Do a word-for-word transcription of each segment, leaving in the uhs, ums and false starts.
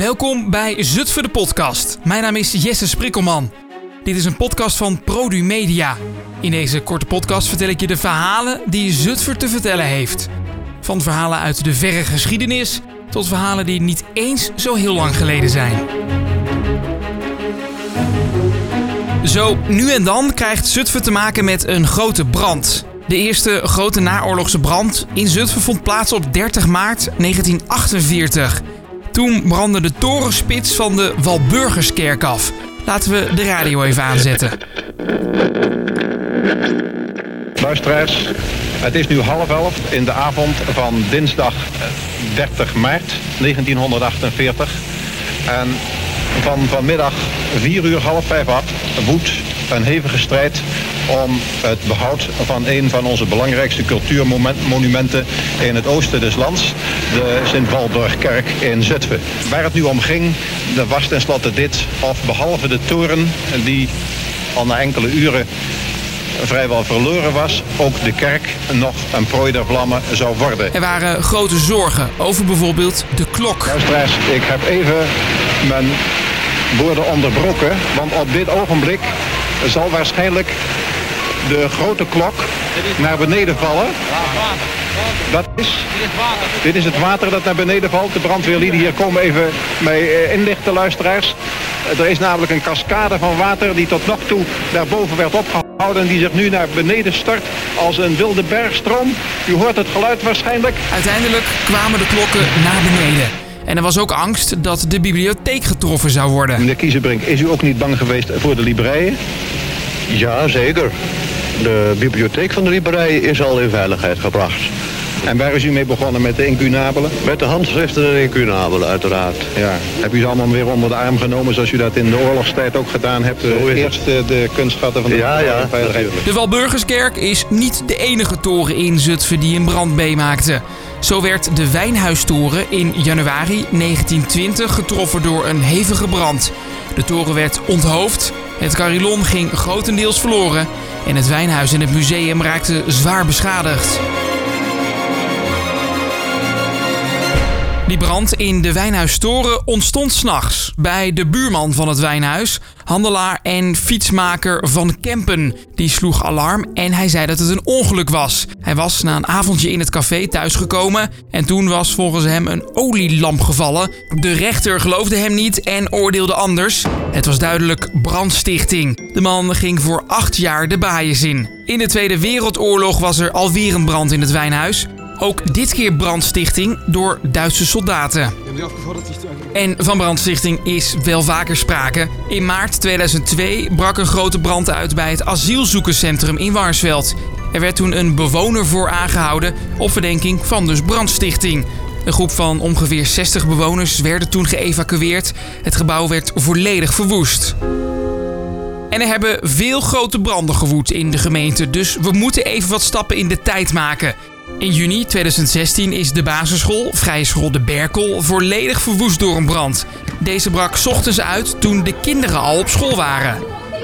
Welkom bij Zutphen de podcast. Mijn naam is Jesse Sprikkelman. Dit is een podcast van Produ Media. In deze korte podcast vertel ik je de verhalen die Zutphen te vertellen heeft. Van verhalen uit de verre geschiedenis tot verhalen die niet eens zo heel lang geleden zijn. Zo nu en dan krijgt Zutphen te maken met een grote brand. De eerste grote naoorlogse brand in Zutphen vond plaats op dertig maart negentien achtenveertig. Toen brandde de torenspits van de Walburgiskerk af. Laten we de radio even aanzetten. Luisteraars, het is nu half elf in de avond van dinsdag dertig maart negentien achtenveertig. En van vanmiddag vier uur half vijf af woedt een hevige strijd om het behoud van een van onze belangrijkste cultuurmonumenten in het oosten des lands, de Sint-Walburgkerk in Zutphen. Waar het nu om ging, dat was tenslotte dit, of behalve de toren die al na enkele uren vrijwel verloren was, ook de kerk nog een prooi der vlammen zou worden. Er waren grote zorgen over bijvoorbeeld de klok. Luisteraars, ik heb even mijn woorden onderbroken, want op dit ogenblik zal waarschijnlijk de grote klok naar beneden vallen. Dat is, dit is het water dat naar beneden valt. De brandweerlieden hier komen even mee inlichten, luisteraars. Er is namelijk een cascade van water die tot nog toe daarboven werd opgehouden en die zich nu naar beneden stort als een wilde bergstroom. U hoort het geluid waarschijnlijk. Uiteindelijk kwamen de klokken naar beneden. En er was ook angst dat de bibliotheek getroffen zou worden. Meneer Kiezenbrink, is u ook niet bang geweest voor de libraaien? Ja, zeker. De bibliotheek van de libraaien is al in veiligheid gebracht. En waar is u mee begonnen, met de incunabelen? Met de handschriften en incunabelen, uiteraard. Ja. Heb u ze allemaal weer onder de arm genomen, zoals u dat in de oorlogstijd ook gedaan hebt? Eerst de kunstschatten van de ja, ja, veiligheid. De Walburgiskerk is niet de enige toren in Zutphen die een brand meemaakte. Zo werd de Wijnhuistoren in januari negentien twintig getroffen door een hevige brand. De toren werd onthoofd, het carillon ging grotendeels verloren en het wijnhuis en het museum raakten zwaar beschadigd. Die brand in de Wijnhuistoren ontstond 's nachts bij de buurman van het wijnhuis, handelaar en fietsmaker Van Kempen. Die sloeg alarm en hij zei dat het een ongeluk was. Hij was na een avondje in het café thuisgekomen en toen was volgens hem een olielamp gevallen. De rechter geloofde hem niet en oordeelde anders. Het was duidelijk brandstichting. De man ging voor acht jaar de baaiers in. In de Tweede Wereldoorlog was er alweer een brand in het wijnhuis. Ook dit keer brandstichting door Duitse soldaten. En van brandstichting is wel vaker sprake. In maart tweeduizend twee brak een grote brand uit bij het asielzoekerscentrum in Warnsveld. Er werd toen een bewoner voor aangehouden op verdenking van dus brandstichting. Een groep van ongeveer zestig bewoners werden toen geëvacueerd. Het gebouw werd volledig verwoest. En er hebben veel grote branden gewoed in de gemeente, dus we moeten even wat stappen in de tijd maken. In juni tweeduizend zestien is de basisschool, Vrije School de Berkel, volledig verwoest door een brand. Deze brak 's ochtends uit toen de kinderen al op school waren.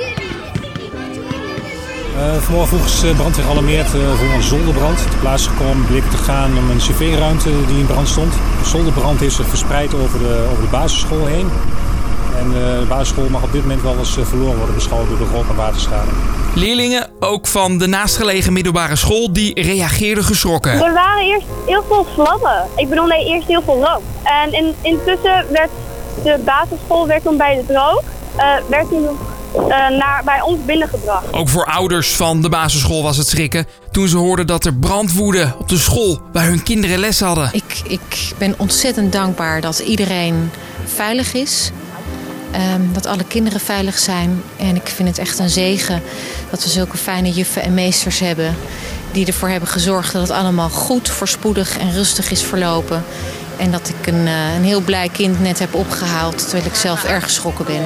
Uh, vanmorgen vroeg is de brandweer gealarmeerd uh, voor een zolderbrand. Ter plaatse gekomen bleek het te gaan om een cv-ruimte die in brand stond. De zolderbrand is zich verspreid over de, over de basisschool heen. En uh, de basisschool mag op dit moment wel eens uh, verloren worden beschouwd door de rook- en waterschade. Leerlingen, ook van de naastgelegen middelbare school, die reageerden geschrokken. Er waren eerst heel veel vlammen. Ik bedoel, nee, eerst heel veel rook. En in, intussen werd de basisschool werd toen bij de droog, uh, werd toen uh, naar, bij ons binnengebracht. Ook voor ouders van de basisschool was het schrikken toen ze hoorden dat er brand woedde op de school waar hun kinderen les hadden. Ik, ik ben ontzettend dankbaar dat iedereen veilig is. Um, dat alle kinderen veilig zijn. En ik vind het echt een zegen dat we zulke fijne juffen en meesters hebben die ervoor hebben gezorgd dat het allemaal goed, voorspoedig en rustig is verlopen. En dat ik een, uh, een heel blij kind net heb opgehaald, terwijl ik zelf erg geschrokken ben.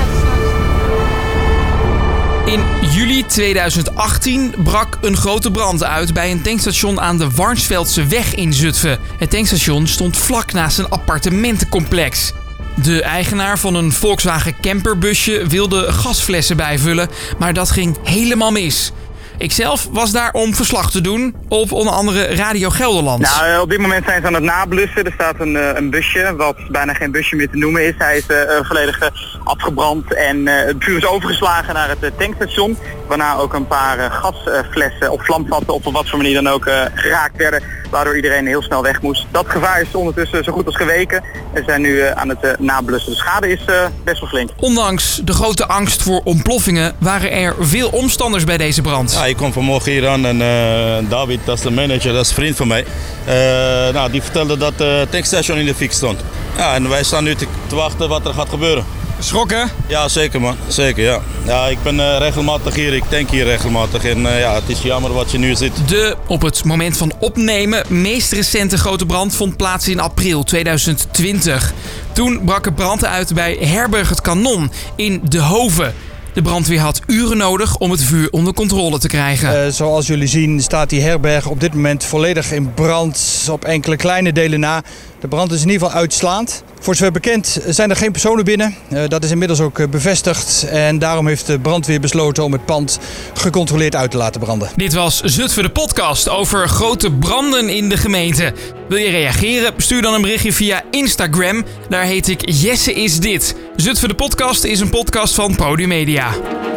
In juli tweeduizend achttien brak een grote brand uit bij een tankstation aan de Warnsveldse weg in Zutphen. Het tankstation stond vlak naast een appartementencomplex. De eigenaar van een Volkswagen camperbusje wilde gasflessen bijvullen, maar dat ging helemaal mis. Ikzelf was daar om verslag te doen op onder andere Radio Gelderland. Nou, op dit moment zijn ze aan het nablussen. Er staat een, een busje, wat bijna geen busje meer te noemen is. Hij is uh, volledig uh, afgebrand en uh, het vuur is overgeslagen naar het uh, tankstation. Waarna ook een paar uh, gasflessen of vlamvatten op wat voor manier dan ook uh, geraakt werden. Waardoor iedereen heel snel weg moest. Dat gevaar is ondertussen zo goed als geweken. We zijn nu uh, aan het uh, nablussen. De schade is uh, best wel flink. Ondanks de grote angst voor ontploffingen waren er veel omstanders bij deze brand. Ja, ik kom vanmorgen hier aan en uh, David, dat is de manager, dat is een vriend van mij. Uh, nou, die vertelde dat het tankstation in de fik stond. Ja, en wij staan nu te, te wachten wat er gaat gebeuren. Schrokken? Ja, zeker man. Zeker, ja. Ja, ik ben uh, regelmatig hier, ik tank hier regelmatig en uh, ja, het is jammer wat je nu ziet. De, op het moment van opnemen, meest recente grote brand vond plaats in april tweeduizend twintig. Toen brak er brand uit bij Herberg het Kanon in De Hoven. De brandweer had uren nodig om het vuur onder controle te krijgen. Uh, zoals jullie zien staat die herberg op dit moment volledig in brand op enkele kleine delen na. De brand is in ieder geval uitslaand. Voor zover bekend zijn er geen personen binnen. Uh, dat is inmiddels ook uh, bevestigd. En daarom heeft de brandweer besloten om het pand gecontroleerd uit te laten branden. Dit was Zutphen de podcast over grote branden in de gemeente. Wil je reageren? Stuur dan een berichtje via Instagram. Daar heet ik Jesse is dit. Zutphen de podcast is een podcast van Podium Media.